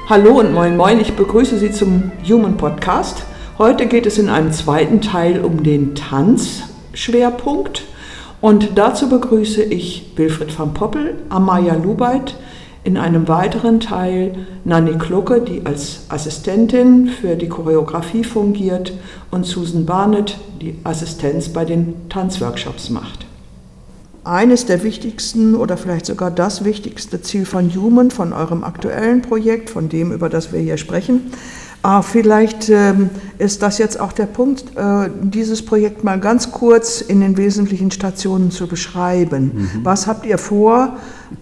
Hallo und moin moin, ich begrüße Sie zum Human Podcast. Heute geht es in einem zweiten Teil um den Tanzschwerpunkt und dazu begrüße ich Wilfried van Poppel, Amaya Lubeit, in einem weiteren Teil Nanny Klucke, die als Assistentin für die Choreografie fungiert, und Susan Barnett, die Assistenz bei den Tanzworkshops macht. Eines der wichtigsten oder vielleicht sogar das wichtigste Ziel von Human, von eurem aktuellen Projekt, von dem, über das wir hier sprechen. Vielleicht ist das jetzt auch der Punkt, dieses Projekt mal ganz kurz in den wesentlichen Stationen zu beschreiben. Was habt ihr vor?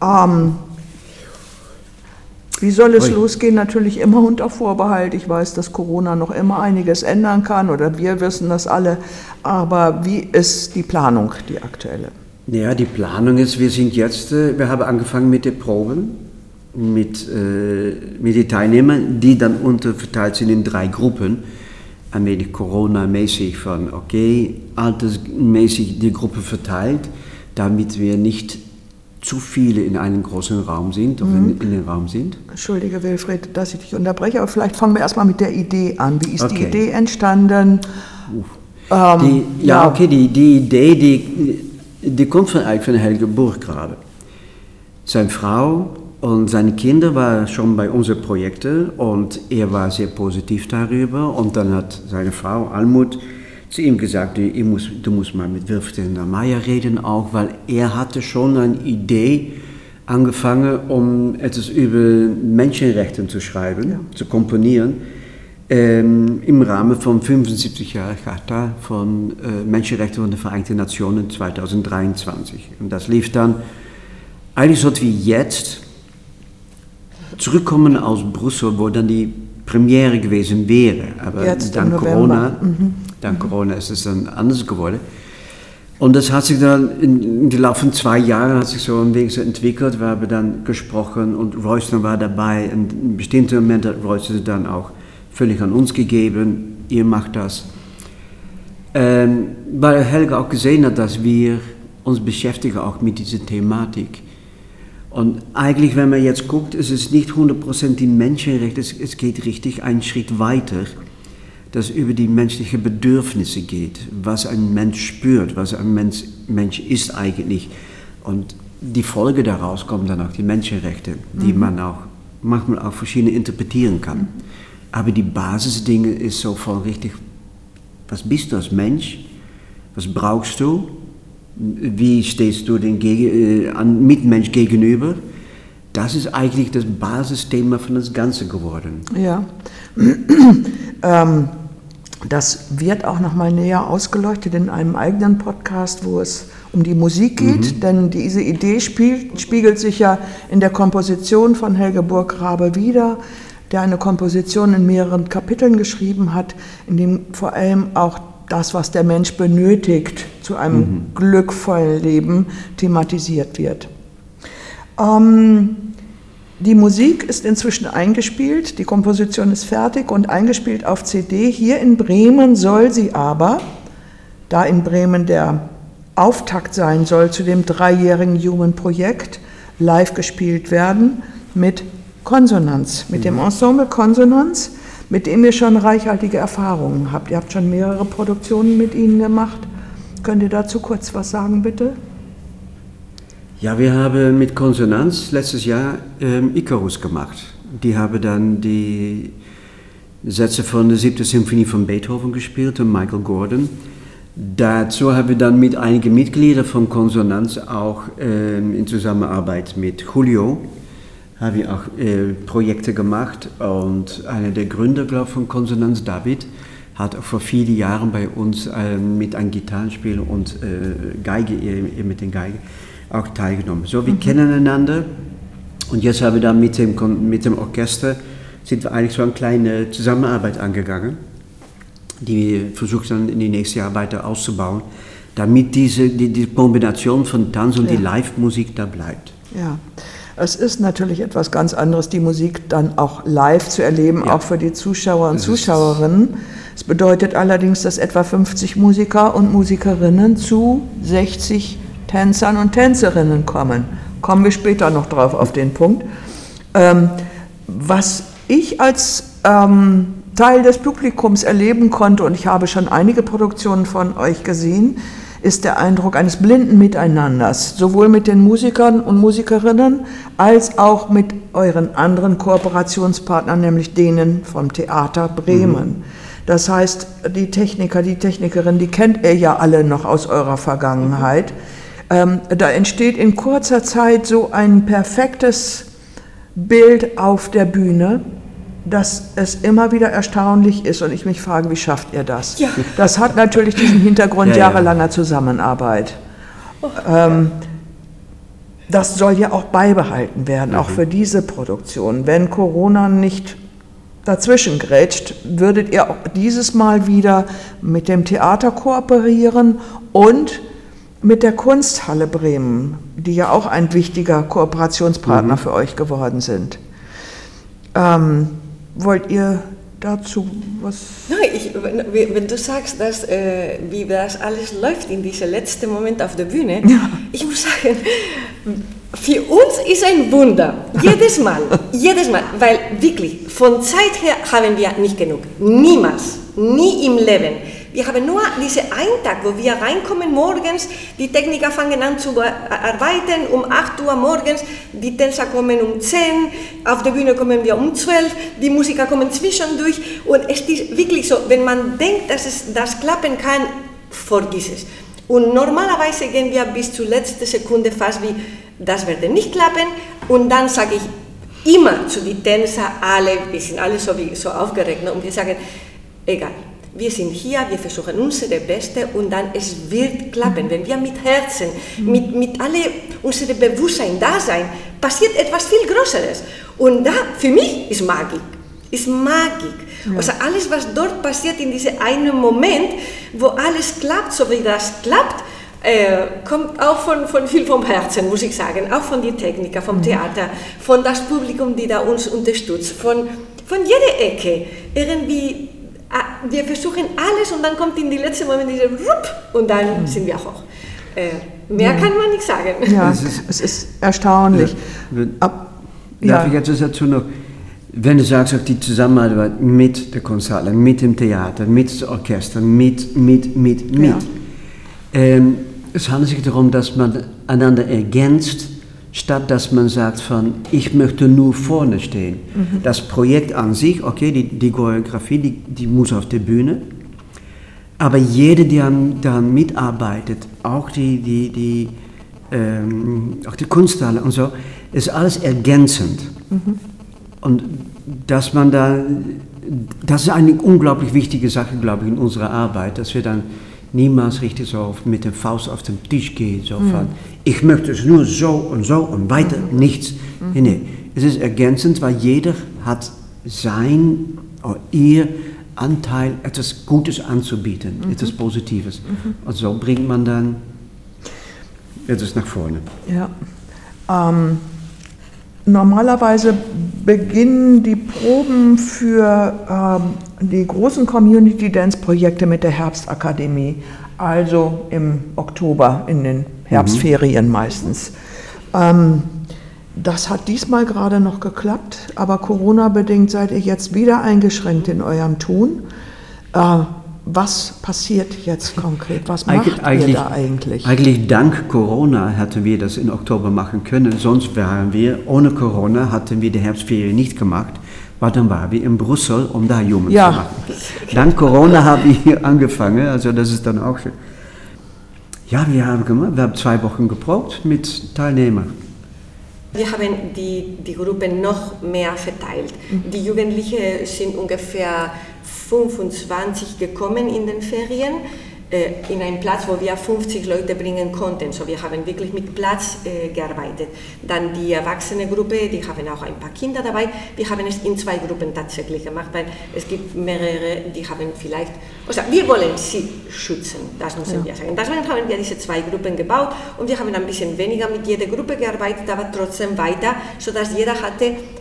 Wie soll es losgehen? Natürlich immer unter Vorbehalt. Ich weiß, dass Corona noch immer einiges ändern kann oder wir wissen das alle. Aber wie ist die Planung, die aktuelle? Ja, die Planung ist, wir haben angefangen mit den Proben, mit den Teilnehmern, die dann unterverteilt sind in 3 Gruppen. Ein wenig Corona-mäßig altersmäßig die Gruppe verteilt, damit wir nicht zu viele in einem großen Raum sind, in den Raum sind. Entschuldige Wilfried, dass ich dich unterbreche, aber vielleicht fangen wir erstmal mit der Idee an. Wie ist die Idee entstanden? Die Idee, die kommt eigentlich von Helge Burggrabe. Seine Frau und seine Kinder waren schon bei unseren Projekten und er war sehr positiv darüber. Und dann hat seine Frau Almut zu ihm gesagt, du musst mal mit Wilfried und Amaya reden auch, weil er hatte schon eine Idee angefangen, um etwas über Menschenrechte zu schreiben, zu komponieren. Im Rahmen von 75 Jahren Charta von Menschenrechten von den Vereinten Nationen 2023. Und das lief dann eigentlich so wie jetzt, zurückkommen aus Brüssel, wo dann die Premiere gewesen wäre. Aber jetzt dank Corona ist es dann anders geworden. Und das hat sich dann in den Laufe von 2 Jahren hat sich so ein Weg so entwickelt. Wir haben dann gesprochen und Royston war dabei. Und in bestimmten Momenten hat Royston dann auch völlig an uns gegeben, ihr macht das. Weil Helge auch gesehen hat, dass wir uns beschäftigen auch mit dieser Thematik. Und eigentlich, wenn man jetzt guckt, ist es nicht 100% die Menschenrechte, es geht richtig einen Schritt weiter, dass über die menschlichen Bedürfnisse geht, was ein Mensch spürt, was ein Mensch ist eigentlich. Und die Folge daraus kommen dann auch die Menschenrechte, die man auch manchmal auch verschieden interpretieren kann. Aber die Basisdinge ist so von richtig, was bist du als Mensch, was brauchst du, wie stehst du den Mitmensch gegenüber, das ist eigentlich das Basisthema von das Ganze geworden. Ja, das wird auch nochmal näher ausgeleuchtet in einem eigenen Podcast, wo es um die Musik geht, denn diese Idee spiegelt sich ja in der Komposition von Helge Burggrabe wider, der eine Komposition in mehreren Kapiteln geschrieben hat, in dem vor allem auch das, was der Mensch benötigt, zu einem glückvollen Leben thematisiert wird. Die Musik ist inzwischen eingespielt, die Komposition ist fertig und eingespielt auf CD. Hier in Bremen soll sie aber, da in Bremen der Auftakt sein soll zu dem 3-jährigen Human-Projekt, live gespielt werden mit Konsonanz, mit dem Ensemble Konsonanz, mit dem ihr schon reichhaltige Erfahrungen habt. Ihr habt schon mehrere Produktionen mit ihnen gemacht. Könnt ihr dazu kurz was sagen, bitte? Ja, wir haben mit Konsonanz letztes Jahr Icarus gemacht. Die haben dann die Sätze von der 7. Symphonie von Beethoven gespielt und Michael Gordon. Dazu haben wir dann mit einigen Mitgliedern von Konsonanz auch in Zusammenarbeit mit Julio habe ich auch Projekte gemacht und einer der Gründer, glaube ich, von Konsonanz, David, hat auch vor vielen Jahren bei uns mit einem Gitarrenspiel und Geige, mit den Geigen, auch teilgenommen. So, wir kennen einander und jetzt haben wir dann mit dem Orchester, sind wir eigentlich so eine kleine Zusammenarbeit angegangen, die wir versucht dann in die nächsten Jahre weiter auszubauen, damit die Kombination von Tanz und die Live-Musik da bleibt. Ja. Es ist natürlich etwas ganz anderes, die Musik dann auch live zu erleben, auch für die Zuschauer und Zuschauerinnen. Es bedeutet allerdings, dass etwa 50 Musiker und Musikerinnen zu 60 Tänzern und Tänzerinnen kommen. Kommen wir später noch drauf auf den Punkt. Was ich als Teil des Publikums erleben konnte, und ich habe schon einige Produktionen von euch gesehen, ist der Eindruck eines blinden Miteinanders, sowohl mit den Musikern und Musikerinnen als auch mit euren anderen Kooperationspartnern, nämlich denen vom Theater Bremen. Das heißt, die Techniker, die Technikerin, die kennt ihr ja alle noch aus eurer Vergangenheit. Da entsteht in kurzer Zeit so ein perfektes Bild auf der Bühne, dass es immer wieder erstaunlich ist und ich mich frage, wie schafft ihr das? Ja. Das hat natürlich diesen Hintergrund jahrelanger Zusammenarbeit. Das soll ja auch beibehalten werden, auch für diese Produktion. Wenn Corona nicht dazwischen grätscht, würdet ihr auch dieses Mal wieder mit dem Theater kooperieren und mit der Kunsthalle Bremen, die ja auch ein wichtiger Kooperationspartner für euch geworden sind. Wollt ihr dazu was? Nein, wenn du sagst, dass, wie das alles läuft in diesem letzten Moment auf der Bühne, ich muss sagen, für uns ist ein Wunder, jedes Mal, weil wirklich, von Zeit her haben wir nicht genug, niemals, nie im Leben. Wir haben nur diesen einen Tag, wo wir reinkommen morgens, die Techniker fangen an zu arbeiten, um 8 Uhr morgens, die Tänzer kommen um 10, auf der Bühne kommen wir um 12, die Musiker kommen zwischendurch und es ist wirklich so, wenn man denkt, dass es das klappen kann, vergiss es. Und normalerweise gehen wir bis zur letzten Sekunde fast wie, das wird nicht klappen und dann sage ich immer zu den Tänzern, wir sind alle so aufgeregt und wir sagen, egal. Wir sind hier, wir versuchen unsere Beste und dann es wird klappen. Wenn wir mit Herzen, mit alle unserem Bewusstsein da sein, passiert etwas viel Größeres. Und da, für mich, ist Magik. Ja. Also alles, was dort passiert in diesem einen Moment, wo alles klappt, so wie das klappt, kommt auch viel vom Herzen, muss ich sagen, auch von den Technikern, vom Theater, von das Publikum, die da uns unterstützt, von jeder Ecke. Irgendwie, wir versuchen alles und dann kommt in die letzten Moment dieser Rupp und dann sind wir hoch. Mehr kann man nicht sagen. Ja, es ist erstaunlich. Darf ich jetzt dazu noch, wenn du sagst, auch die Zusammenarbeit mit der Kunsthalle, mit dem Theater, mit dem Orchester, es handelt sich darum, dass man einander ergänzt, statt dass man sagt von, ich möchte nur vorne stehen. Das Projekt an sich, okay, die Choreografie, die muss auf der Bühne, aber jeder, der daran mitarbeitet, auch die Kunsthalle und so, ist alles ergänzend. Und dass man das ist eine unglaublich wichtige Sache, glaube ich, in unserer Arbeit, dass wir dann niemals richtig so mit der Faust auf den Tisch gehen, so von, ich möchte es nur so und weiter nichts. Nee, es ist ergänzend, weil jeder hat sein oder ihr Anteil, etwas Gutes anzubieten, etwas Positives. Und so bringt man dann etwas nach vorne. Ja. Normalerweise beginnen die Proben für die großen Community-Dance-Projekte mit der Herbstakademie, also im Oktober in den Herbstferien meistens. Das hat diesmal gerade noch geklappt, aber Corona-bedingt seid ihr jetzt wieder eingeschränkt in eurem Tun. Was passiert jetzt konkret? Was macht ihr da eigentlich? Eigentlich dank Corona hätten wir das im Oktober machen können. Sonst wären wir, ohne Corona, hatten wir die Herbstferien nicht gemacht, weil dann waren wir in Brüssel, um da Human zu machen. Dank Corona haben wir hier angefangen, also das ist dann auch schön. Ja, wir haben 2 Wochen geprobt mit Teilnehmern. Wir haben die Gruppen noch mehr verteilt. Die Jugendlichen sind ungefähr 25 gekommen in den Ferien, in einen Platz, wo wir 50 Leute bringen konnten. So, wir haben wirklich mit Platz gearbeitet. Dann die Erwachsenengruppe, die haben auch ein paar Kinder dabei. Wir haben es in 2 Gruppen tatsächlich gemacht, weil es gibt mehrere, die haben vielleicht, also wir wollen sie schützen, das müssen wir sagen. Deswegen haben wir diese 2 Gruppen gebaut und wir haben ein bisschen weniger mit jeder Gruppe gearbeitet, aber trotzdem weiter, sodass jeder hatte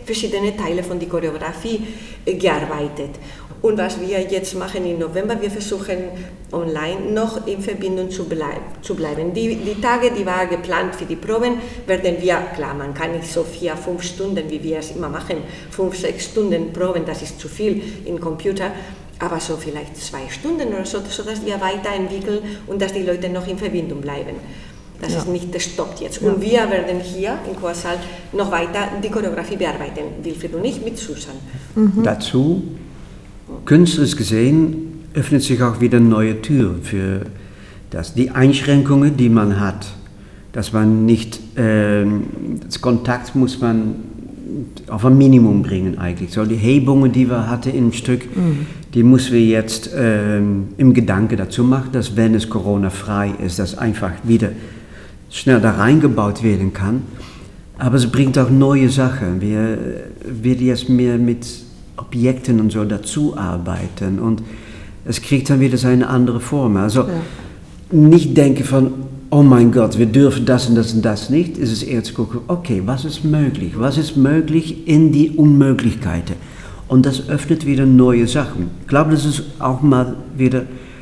verschiedene Teile von der Choreografie gearbeitet. Und was wir jetzt machen im November, wir versuchen online noch in Verbindung zu bleiben. Die Tage, die waren geplant für die Proben, werden wir, klar, man kann nicht so 4-5 Stunden, wie wir es immer machen, 5-6 Stunden Proben, das ist zu viel im Computer, aber so vielleicht 2 Stunden oder so, sodass wir weiterentwickeln und dass die Leute noch in Verbindung bleiben. Das ist nicht, das stoppt jetzt. Und wir werden hier im Chorsaal noch weiter die Choreografie bearbeiten, Wilfried und ich mit Susan. Dazu, künstlerisch gesehen, öffnet sich auch wieder eine neue Tür für das. Die Einschränkungen, die man hat, dass man nicht, das Kontakt muss man auf ein Minimum bringen eigentlich. So die Hebungen, die wir hatten im Stück, die müssen wir jetzt im Gedanke dazu machen, dass wenn es Corona-frei ist, das einfach wieder schnell da reingebaut werden kann. Aber es bringt auch neue Sachen. Wir werden jetzt mehr mit Objekten und so dazu arbeiten und es kriegt dann wieder seine andere Form. Also nicht denken von, oh mein Gott, wir dürfen das und das und das nicht. Es ist eher zu gucken, okay, was ist möglich? Was ist möglich in die Unmöglichkeiten? Und das öffnet wieder neue Sachen. Ich glaube, das ist auch mal wieder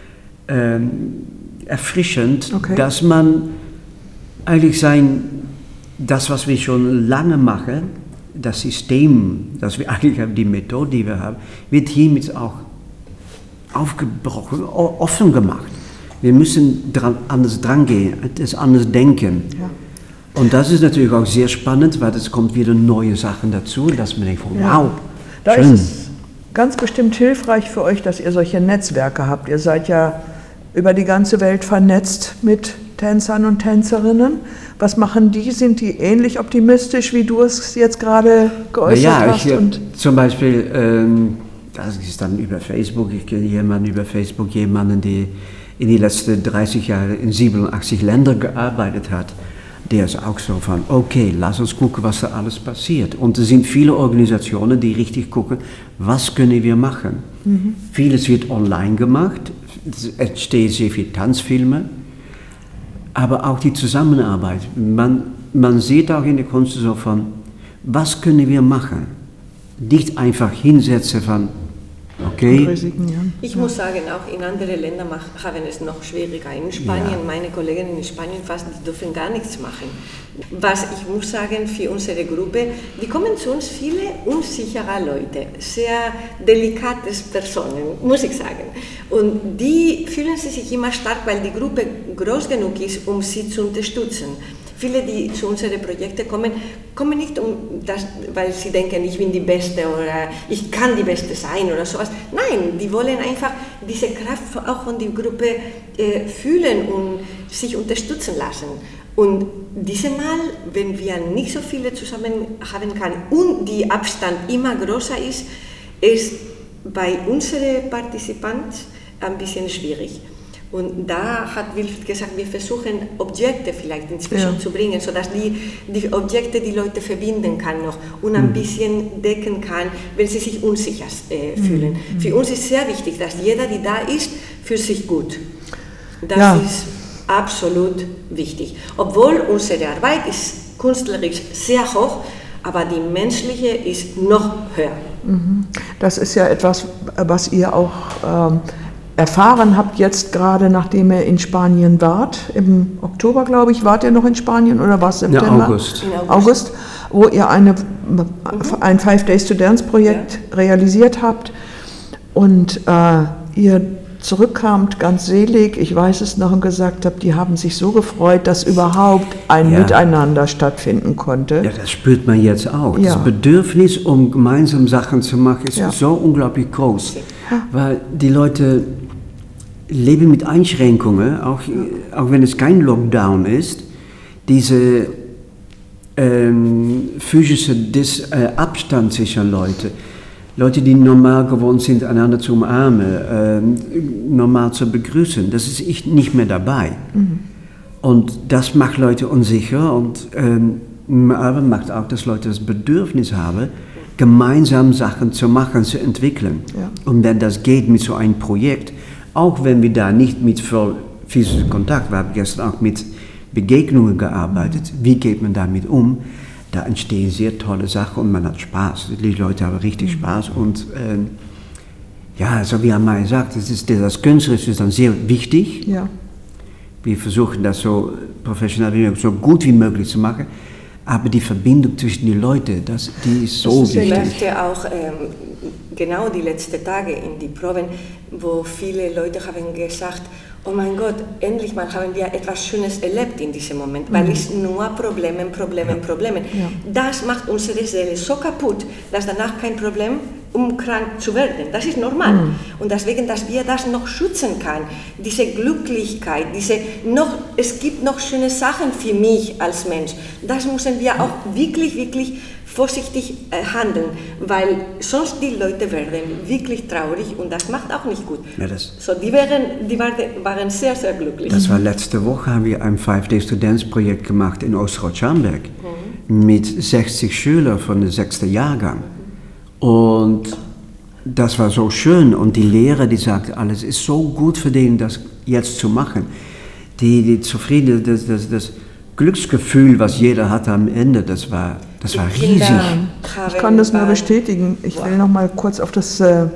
erfrischend, dass man eigentlich das, was wir schon lange machen, das System, das wir eigentlich haben, die Methode, die wir haben, wird hiermit auch aufgebrochen, offen gemacht. Wir müssen anders dran gehen, es anders denken. Ja. Und das ist natürlich auch sehr spannend, weil es kommt wieder neue Sachen dazu, dass man denkt, wow, da schön. ist es ganz bestimmt hilfreich für euch, dass ihr solche Netzwerke habt. Ihr seid ja über die ganze Welt vernetzt mit Tänzern und Tänzerinnen. Was machen die? Sind die ähnlich optimistisch, wie du es jetzt gerade geäußert hast? Ja, zum Beispiel, das ist dann über Facebook, ich kenne jemanden über Facebook, jemanden, der in die letzten 30 Jahre in 87 Ländern gearbeitet hat. Der ist auch so von, okay, lass uns gucken, was da alles passiert. Und es sind viele Organisationen, die richtig gucken, was können wir machen. Vieles wird online gemacht, es entstehen sehr viele Tanzfilme, aber auch die Zusammenarbeit. Man sieht auch in der Kunst so von, was können wir machen? Nicht einfach hinsetzen von, okay. Ich muss sagen, auch in anderen Ländern haben es noch schwieriger. In Spanien, meine Kollegen in Spanien fast, die dürfen gar nichts machen. Was ich muss sagen, für unsere Gruppe, die kommen zu uns viele unsichere Leute, sehr delikate Personen, muss ich sagen. Und die fühlen sich immer stark, weil die Gruppe groß genug ist, um sie zu unterstützen. Viele, die zu unseren Projekten kommen nicht, weil sie denken, ich bin die Beste oder ich kann die Beste sein oder sowas. Nein, die wollen einfach diese Kraft auch von der Gruppe fühlen und sich unterstützen lassen. Und dieses Mal, wenn wir nicht so viele zusammen haben können und der Abstand immer größer ist bei unseren Partizipanten ein bisschen schwierig. Und da hat Wilfried gesagt, wir versuchen Objekte vielleicht inzwischen zu bringen, sodass die Objekte die Leute verbinden kann noch und ein bisschen decken kann, wenn sie sich unsicher fühlen. Für uns ist sehr wichtig, dass jeder, der da ist, fühlt sich gut. Das ist absolut wichtig. Obwohl unsere Arbeit ist künstlerisch sehr hoch, aber die menschliche ist noch höher. Das ist ja etwas, was ihr auch erfahren habt jetzt gerade, nachdem ihr in Spanien wart. Im Oktober, glaube ich, wart ihr noch in Spanien oder war es September? Ja, August, wo ihr ein 5 Days to Dance Projekt realisiert habt und ihr zurückkamt ganz selig, ich weiß es noch, und gesagt habt, die haben sich so gefreut, dass überhaupt ein Miteinander stattfinden konnte. Ja, das spürt man jetzt auch. Das Bedürfnis, um gemeinsam Sachen zu machen, ist so unglaublich groß. Weil die Leute leben mit Einschränkungen, auch wenn es kein Lockdown ist. Diese physische Abstand zwischen Leute, die normal gewohnt sind, einander zu umarmen, normal zu begrüßen, das ist nicht mehr dabei. Und das macht Leute unsicher und aber macht auch, dass Leute das Bedürfnis haben, gemeinsam Sachen zu machen, zu entwickeln. Und wenn das geht mit so einem Projekt, auch wenn wir da nicht mit voll physischem Kontakt, wir haben gestern auch mit Begegnungen gearbeitet, wie geht man damit um, da entstehen sehr tolle Sachen und man hat Spaß. Die Leute haben richtig Spaß und ja, so wie Amaya sagt, das Künstlerische ist dann sehr wichtig. Ja. Wir versuchen das so professionell wie möglich, so gut wie möglich zu machen, aber die Verbindung zwischen den Leuten, die ist so wichtig. Ich merkte auch genau die letzten Tage in die Proben, wo viele Leute haben gesagt, oh mein Gott, endlich mal haben wir etwas Schönes erlebt in diesem Moment, weil es nur Probleme. Ja. Das macht unsere Seele so kaputt, dass danach kein Problem, um krank zu werden. Das ist normal. Und deswegen, dass wir das noch schützen können, diese Glücklichkeit, es gibt noch schöne Sachen für mich als Mensch. Das müssen wir auch wirklich vorsichtig handeln, weil sonst die Leute werden wirklich traurig und das macht auch nicht gut. Ja, so, die waren sehr, sehr glücklich. Das war letzte Woche, haben wir ein 5-Day-Students-Projekt gemacht in Ostrau-Scharmbeck mit 60 Schülern von dem 6. Jahrgang. Und das war so schön und die Lehrer, die sagten, alles ist so gut für den, das jetzt zu machen. Die zufrieden, das Glücksgefühl, was jeder hatte am Ende, das war riesig. Ich kann das nur bestätigen. Ich will noch mal kurz auf die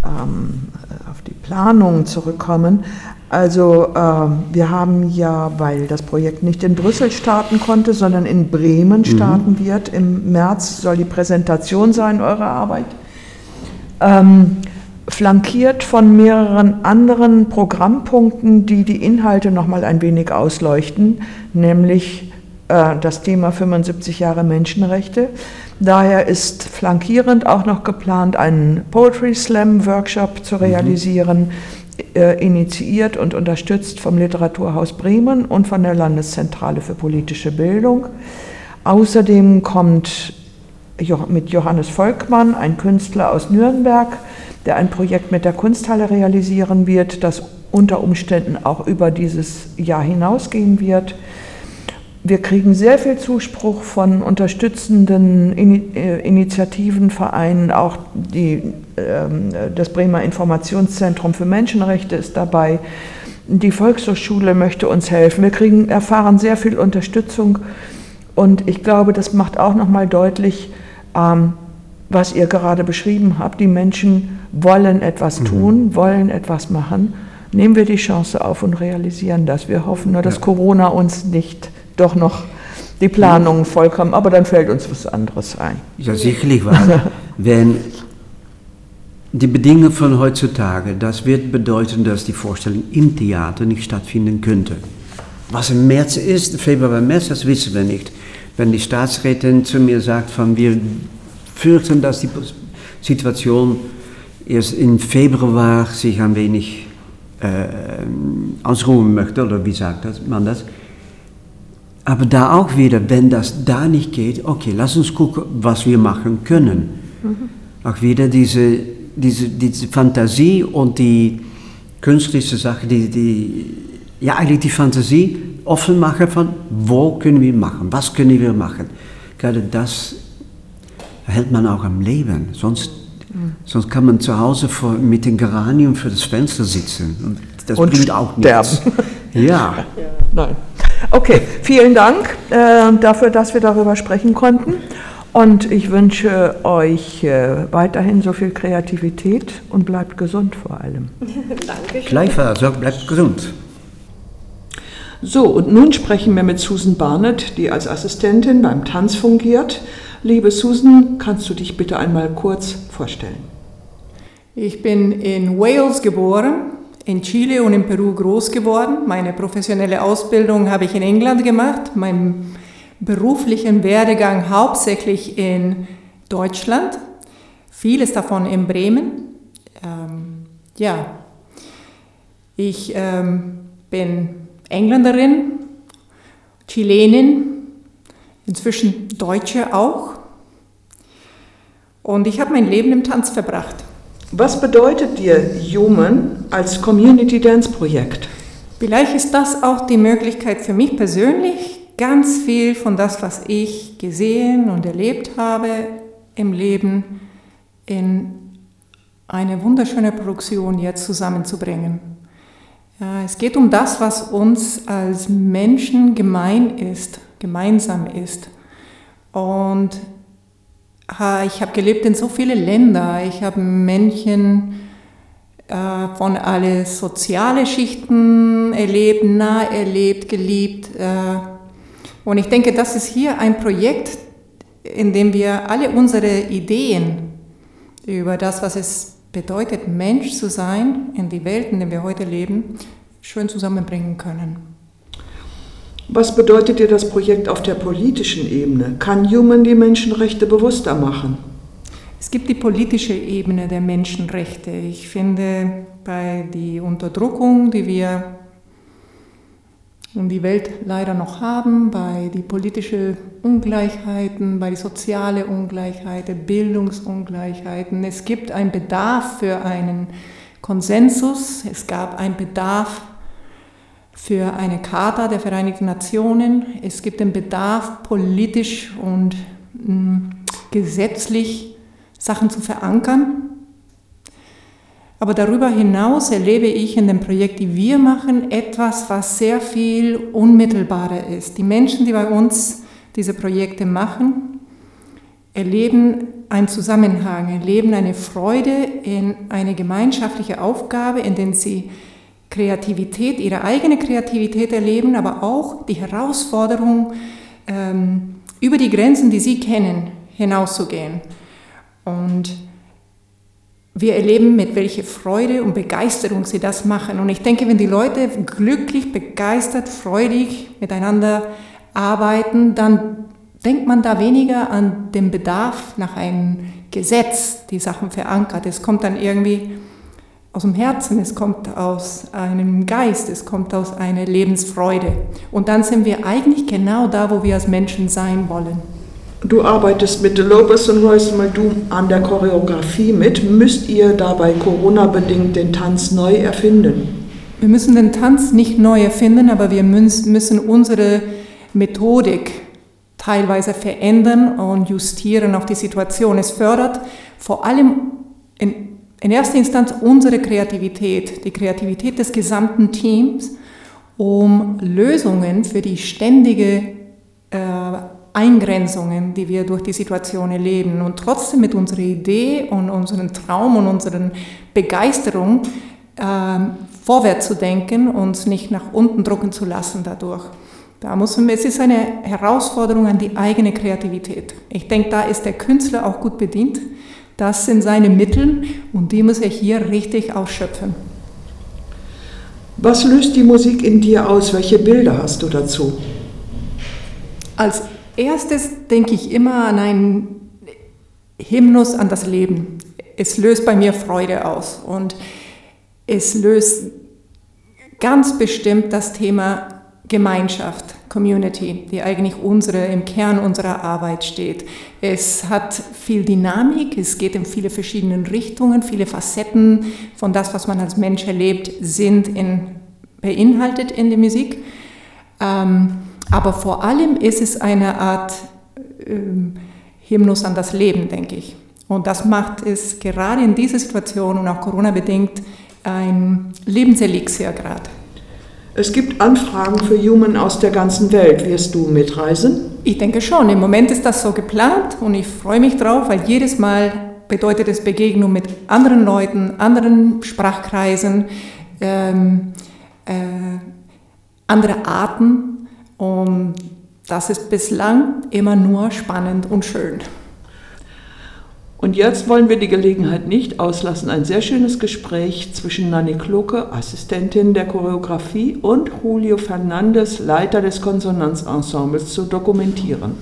Planung zurückkommen. Also wir haben ja, weil das Projekt nicht in Brüssel starten konnte, sondern in Bremen starten wird. Im März soll die Präsentation sein, eurer Arbeit. Flankiert von mehreren anderen Programmpunkten, die die Inhalte noch mal ein wenig ausleuchten, nämlich das Thema 75 Jahre Menschenrechte. Daher ist flankierend auch noch geplant, einen Poetry Slam Workshop zu realisieren, initiiert und unterstützt vom Literaturhaus Bremen und von der Landeszentrale für politische Bildung. Außerdem kommt mit Johannes Volkmann, ein Künstler aus Nürnberg, der ein Projekt mit der Kunsthalle realisieren wird, das unter Umständen auch über dieses Jahr hinausgehen wird. Wir kriegen sehr viel Zuspruch von unterstützenden Initiativen, Vereinen, auch das Bremer Informationszentrum für Menschenrechte ist dabei. Die Volkshochschule möchte uns helfen. Wir erfahren sehr viel Unterstützung und ich glaube, das macht auch nochmal deutlich, was ihr gerade beschrieben habt. Die Menschen wollen etwas tun, wollen etwas machen. Nehmen wir die Chance auf und realisieren das. Wir hoffen nur, dass Corona uns nicht doch noch die Planungen vollkommen, aber dann fällt uns was anderes ein. Ja, sicherlich wahr. Wenn die Bedingungen von heutzutage, das wird bedeuten, dass die Vorstellung im Theater nicht stattfinden könnte. Was im März ist, Februar, März, das wissen wir nicht. Wenn die Staatsrätin zu mir sagt, wir fürchten, dass die Situation erst im Februar sich ein wenig ausruhen möchte, oder wie sagt man das? Aber da auch wieder, wenn das da nicht geht, okay, lass uns gucken, was wir machen können. Auch wieder diese Fantasie und die künstliche Sache, eigentlich die Fantasie offen machen von, wo können wir machen, was können wir machen. Gerade das hält man auch am Leben, sonst kann man zu Hause mit dem Geranium für das Fenster sitzen und das bringt auch nichts. Ja. Nein. Okay, vielen Dank dafür, dass wir darüber sprechen konnten. Und ich wünsche euch weiterhin so viel Kreativität und bleibt gesund vor allem. Danke. Gleichfalls, bleibt gesund. So, und nun sprechen wir mit Susan Barnett, die als Assistentin beim Tanz fungiert. Liebe Susan, kannst du dich bitte einmal kurz vorstellen? Ich bin in Wales geboren, in Chile und in Peru groß geworden. Meine professionelle Ausbildung habe ich in England gemacht, meinen beruflichen Werdegang hauptsächlich in Deutschland, vieles davon in Bremen. Ich bin Engländerin, Chilenin, inzwischen Deutsche auch. Und ich habe mein Leben im Tanz verbracht. Was bedeutet dir Human als Community Dance Projekt? Vielleicht ist das auch die Möglichkeit für mich persönlich, ganz viel von das, was ich gesehen und erlebt habe im Leben, in eine wunderschöne Produktion jetzt zusammenzubringen. Es geht um das, was uns als Menschen gemeinsam ist. Und ich habe gelebt in so vielen Ländern. Ich habe Menschen von alle soziale Schichten erlebt, nah erlebt, geliebt. Und ich denke, das ist hier ein Projekt, in dem wir alle unsere Ideen über das, was es bedeutet, Mensch zu sein, in die Welt, in der wir heute leben, schön zusammenbringen können. Was bedeutet dir das Projekt auf der politischen Ebene? Kann Human die Menschenrechte bewusster machen? Es gibt die politische Ebene der Menschenrechte. Ich finde, bei der Unterdrückung, die wir in die Welt leider noch haben, bei den politischen Ungleichheiten, bei den sozialen Ungleichheiten, Bildungsungleichheiten, es gibt einen Bedarf für einen Konsensus, es gab einen Bedarf für eine Charta der Vereinigten Nationen, es gibt einen Bedarf, politisch und gesetzlich Sachen zu verankern. Aber darüber hinaus erlebe ich in dem Projekt, die wir machen, etwas, was sehr viel unmittelbarer ist. Die Menschen, die bei uns diese Projekte machen, erleben einen Zusammenhang, erleben eine Freude in eine gemeinschaftliche Aufgabe, in der sie Kreativität, ihre eigene Kreativität erleben, aber auch die Herausforderung, über die Grenzen, die sie kennen, hinauszugehen. Und wir erleben, mit welcher Freude und Begeisterung sie das machen. Und ich denke, wenn die Leute glücklich, begeistert, freudig miteinander arbeiten, dann denkt man da weniger an den Bedarf nach einem Gesetz, die Sachen verankert. Es kommt dann irgendwie aus dem Herzen, es kommt aus einem Geist, es kommt aus einer Lebensfreude. Und dann sind wir eigentlich genau da, wo wir als Menschen sein wollen. Du arbeitest mit Lopez und Royce Muldoon an der Choreografie mit. Müsst ihr dabei Corona-bedingt den Tanz neu erfinden? Wir müssen den Tanz nicht neu erfinden, aber wir müssen unsere Methodik teilweise verändern und justieren auf die Situation. Es fördert vor allem in erster Instanz unsere Kreativität, die Kreativität des gesamten Teams, um Lösungen für die ständige Eingrenzungen, die wir durch die Situation erleben und trotzdem mit unserer Idee und unserem Traum und unserer Begeisterung vorwärts zu denken, uns nicht nach unten drücken zu lassen dadurch. Es ist eine Herausforderung an die eigene Kreativität. Ich denke, da ist der Künstler auch gut bedient. Das sind seine Mittel und die muss er hier richtig ausschöpfen. Was löst die Musik in dir aus? Welche Bilder hast du dazu? Als erstes denke ich immer an einen Hymnus an das Leben. Es löst bei mir Freude aus und es löst ganz bestimmt das Thema Gemeinschaft, Community, die eigentlich im Kern unserer Arbeit steht. Es hat viel Dynamik, es geht in viele verschiedene Richtungen, viele Facetten von das, was man als Mensch erlebt, sind beinhaltet in der Musik. Aber vor allem ist es eine Art Hymnus an das Leben, denke ich. Und das macht es gerade in dieser Situation und auch Corona-bedingt ein Lebenselixier gerade. Es gibt Anfragen für Human aus der ganzen Welt. Wirst du mitreisen? Ich denke schon. Im Moment ist das so geplant und ich freue mich drauf, weil jedes Mal bedeutet es Begegnung mit anderen Leuten, anderen Sprachkreisen, andere Arten. Und das ist bislang immer nur spannend und schön. Und jetzt wollen wir die Gelegenheit nicht auslassen, ein sehr schönes Gespräch zwischen Nanny Klucke, Assistentin der Choreografie, und Julio Fernandes, Leiter des Konsonanzensembles, zu dokumentieren.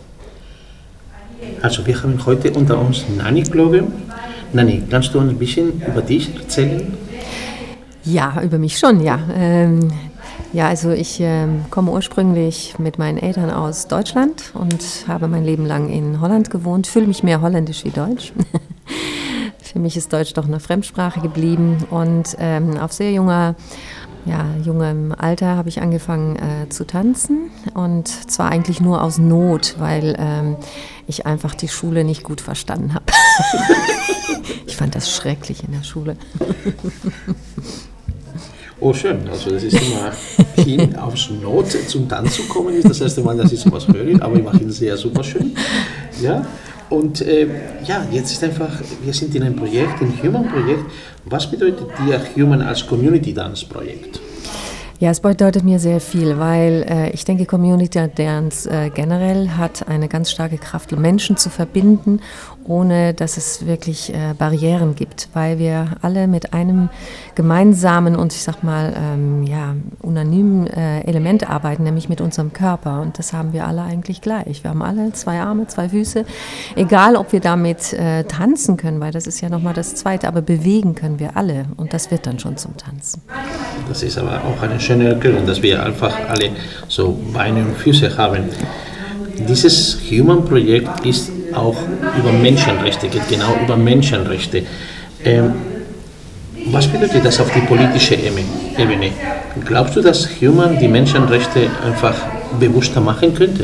Also wir haben heute unter uns Nanny Klucke. Nanny, kannst du ein bisschen über dich erzählen? Ja, über mich schon, ja. Ja, also ich komme ursprünglich mit meinen Eltern aus Deutschland und habe mein Leben lang in Holland gewohnt, fühle mich mehr holländisch wie deutsch. Für mich ist Deutsch doch eine Fremdsprache geblieben und auf sehr jungem Alter habe ich angefangen zu tanzen und zwar eigentlich nur aus Not, weil ich einfach die Schule nicht gut verstanden habe. Ich fand das schrecklich in der Schule. Oh, schön. Also das ist immer hin aufs Not zum Tanz zu kommen. Das ist das erste Mal, dass ich sowas höre, aber ich mache ihn sehr super schön. Ja. Und jetzt ist einfach, wir sind in einem Projekt, ein Human-Projekt. Was bedeutet dir Human als Community-Dance-Projekt? Ja, es bedeutet mir sehr viel, weil ich denke, Community Dance generell hat eine ganz starke Kraft, Menschen zu verbinden, ohne dass es wirklich Barrieren gibt, weil wir alle mit einem gemeinsamen und ich sag mal unanymen Element arbeiten, nämlich mit unserem Körper, und das haben wir alle eigentlich gleich. Wir haben alle 2 Arme, 2 Füße, egal ob wir damit tanzen können, weil das ist ja nochmal das Zweite, aber bewegen können wir alle, und das wird dann schon zum Tanzen. Das ist aber auch eine schöne Erklärung, dass wir einfach alle so Beine und Füße haben. Dieses Human-Projekt ist auch über Menschenrechte, geht genau über Menschenrechte. Was bedeutet das auf die politische Ebene? Glaubst du, dass Human die Menschenrechte einfach bewusster machen könnte?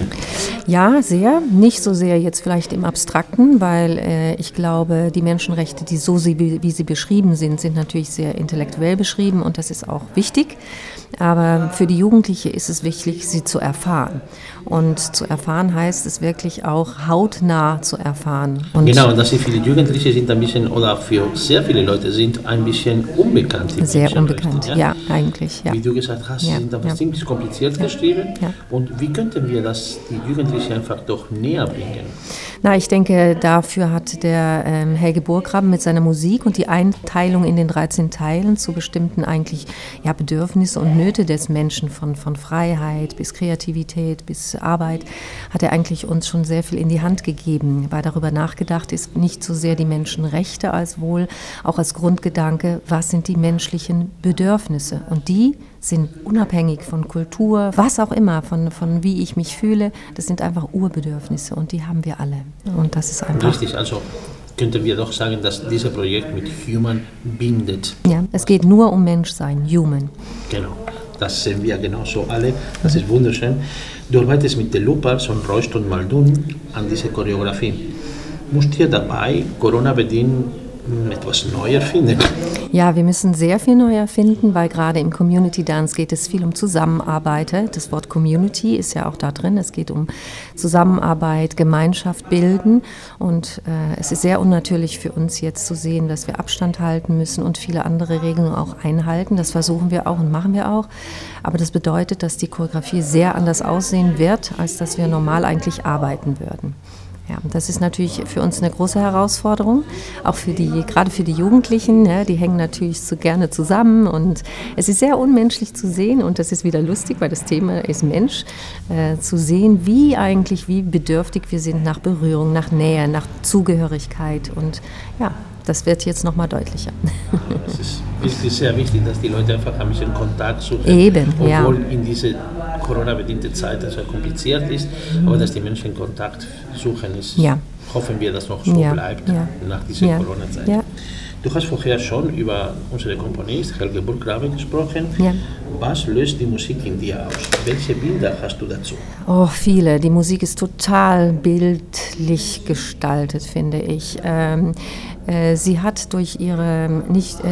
Ja, sehr. Nicht so sehr jetzt vielleicht im Abstrakten, weil ich glaube, die Menschenrechte, die so wie sie beschrieben sind natürlich sehr intellektuell beschrieben, und das ist auch wichtig. Aber für die Jugendliche ist es wichtig, sie zu erfahren. Und zu erfahren heißt es wirklich auch hautnah zu erfahren. Und genau, und dass viele Jugendliche sind ein bisschen, oder für sehr viele Leute sind ein bisschen unbekannt. Sehr unbekannt, ja, eigentlich. Ja. Wie du gesagt hast, sie sind aber ziemlich kompliziert geschrieben. Ja. Und wie könnten wir das die Jugendlichen einfach doch näher bringen? Na, ich denke, dafür hat der Helge Burggraben mit seiner Musik und die Einteilung in den 13 Teilen zu bestimmten eigentlich Bedürfnisse und Nöte des Menschen, von Freiheit bis Kreativität bis Arbeit, hat er eigentlich uns schon sehr viel in die Hand gegeben, weil darüber nachgedacht ist, nicht so sehr die Menschenrechte als wohl auch als Grundgedanke, was sind die menschlichen Bedürfnisse, und die sind unabhängig von Kultur, was auch immer, von wie ich mich fühle, das sind einfach Urbedürfnisse, und die haben wir alle, und das ist einfach... Richtig, also könnten wir doch sagen, dass dieses Projekt mit Human bindet. Ja, es geht nur um Menschsein, Human. Genau, das sehen wir genauso alle, das ist wunderschön. Du arbeitest mit der Lupas und Royst und Muldoon an dieser Choreografie. Musst ihr dabei, Corona-bedingt, etwas neu erfinden? Ja, wir müssen sehr viel neu erfinden, weil gerade im Community Dance geht es viel um Zusammenarbeit. Das Wort Community ist ja auch da drin. Es geht um Zusammenarbeit, Gemeinschaft bilden, und es ist sehr unnatürlich für uns jetzt zu sehen, dass wir Abstand halten müssen und viele andere Regeln auch einhalten. Das versuchen wir auch und machen wir auch. Aber das bedeutet, dass die Choreografie sehr anders aussehen wird, als dass wir normal eigentlich arbeiten würden. Ja, das ist natürlich für uns eine große Herausforderung, auch gerade für die Jugendlichen, ne, die hängen natürlich so gerne zusammen, und es ist sehr unmenschlich zu sehen, und das ist wieder lustig, weil das Thema ist Mensch, zu sehen, wie bedürftig wir sind nach Berührung, nach Nähe, nach Zugehörigkeit, und ja, das wird jetzt nochmal deutlicher. Es ist wirklich sehr wichtig, dass die Leute einfach ein bisschen Kontakt suchen. Eben, obwohl in diese Corona-bedingte Zeit das sehr kompliziert ist, aber dass die Menschen Kontakt suchen, hoffen wir, dass noch so bleibt nach dieser Corona-Zeit. Ja. Du hast vorher schon über unseren Komponist Helge Burggraben gesprochen. Ja. Was löst die Musik in dir aus? Welche Bilder hast du dazu? Oh, viele. Die Musik ist total bildlich gestaltet, finde ich. Sie hat durch ihren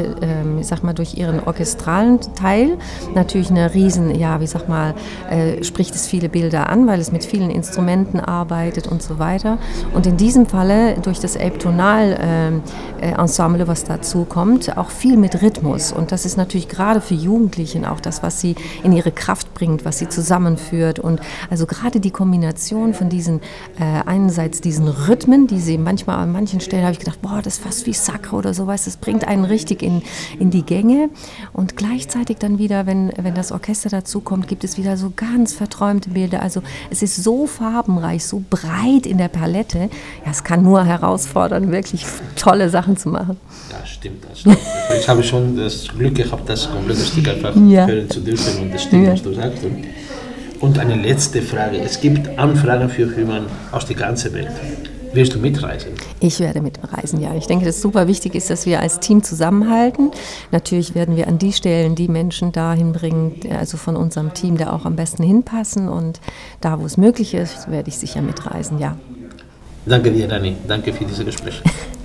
orchestralen Teil natürlich eine riesen, spricht es viele Bilder an, weil es mit vielen Instrumenten arbeitet und so weiter. Und in diesem Falle durch das Elbtonal-Ensemble, was dazu kommt, auch viel mit Rhythmus. Und das ist natürlich gerade für Jugendlichen auch das, was sie in ihre Kraft bringt, was sie zusammenführt. Und also gerade die Kombination von diesen, einerseits diesen Rhythmen, die sie manchmal an manchen Stellen, habe ich gedacht, boah, das ist fast wie Sacre oder sowas, das bringt einen richtig in die Gänge. Und gleichzeitig dann wieder, wenn das Orchester dazu kommt, gibt es wieder so ganz verträumte Bilder. Also es ist so farbenreich, so breit in der Palette. Ja, es kann nur herausfordern, wirklich tolle Sachen zu machen. Ja, stimmt. Ich habe schon das Glück gehabt, das komplette Stück einfach hören zu dürfen, und das stimmt, was du sagst. Und eine letzte Frage. Es gibt Anfragen für Human aus der ganzen Welt. Wirst du mitreisen? Ich werde mitreisen, ja. Ich denke, dass es super wichtig ist, dass wir als Team zusammenhalten. Natürlich werden wir an die Stellen die Menschen dahin bringen, also von unserem Team, da auch am besten hinpassen. Und da, wo es möglich ist, werde ich sicher mitreisen, ja. Danke dir, Dani. Danke für dieses Gespräch.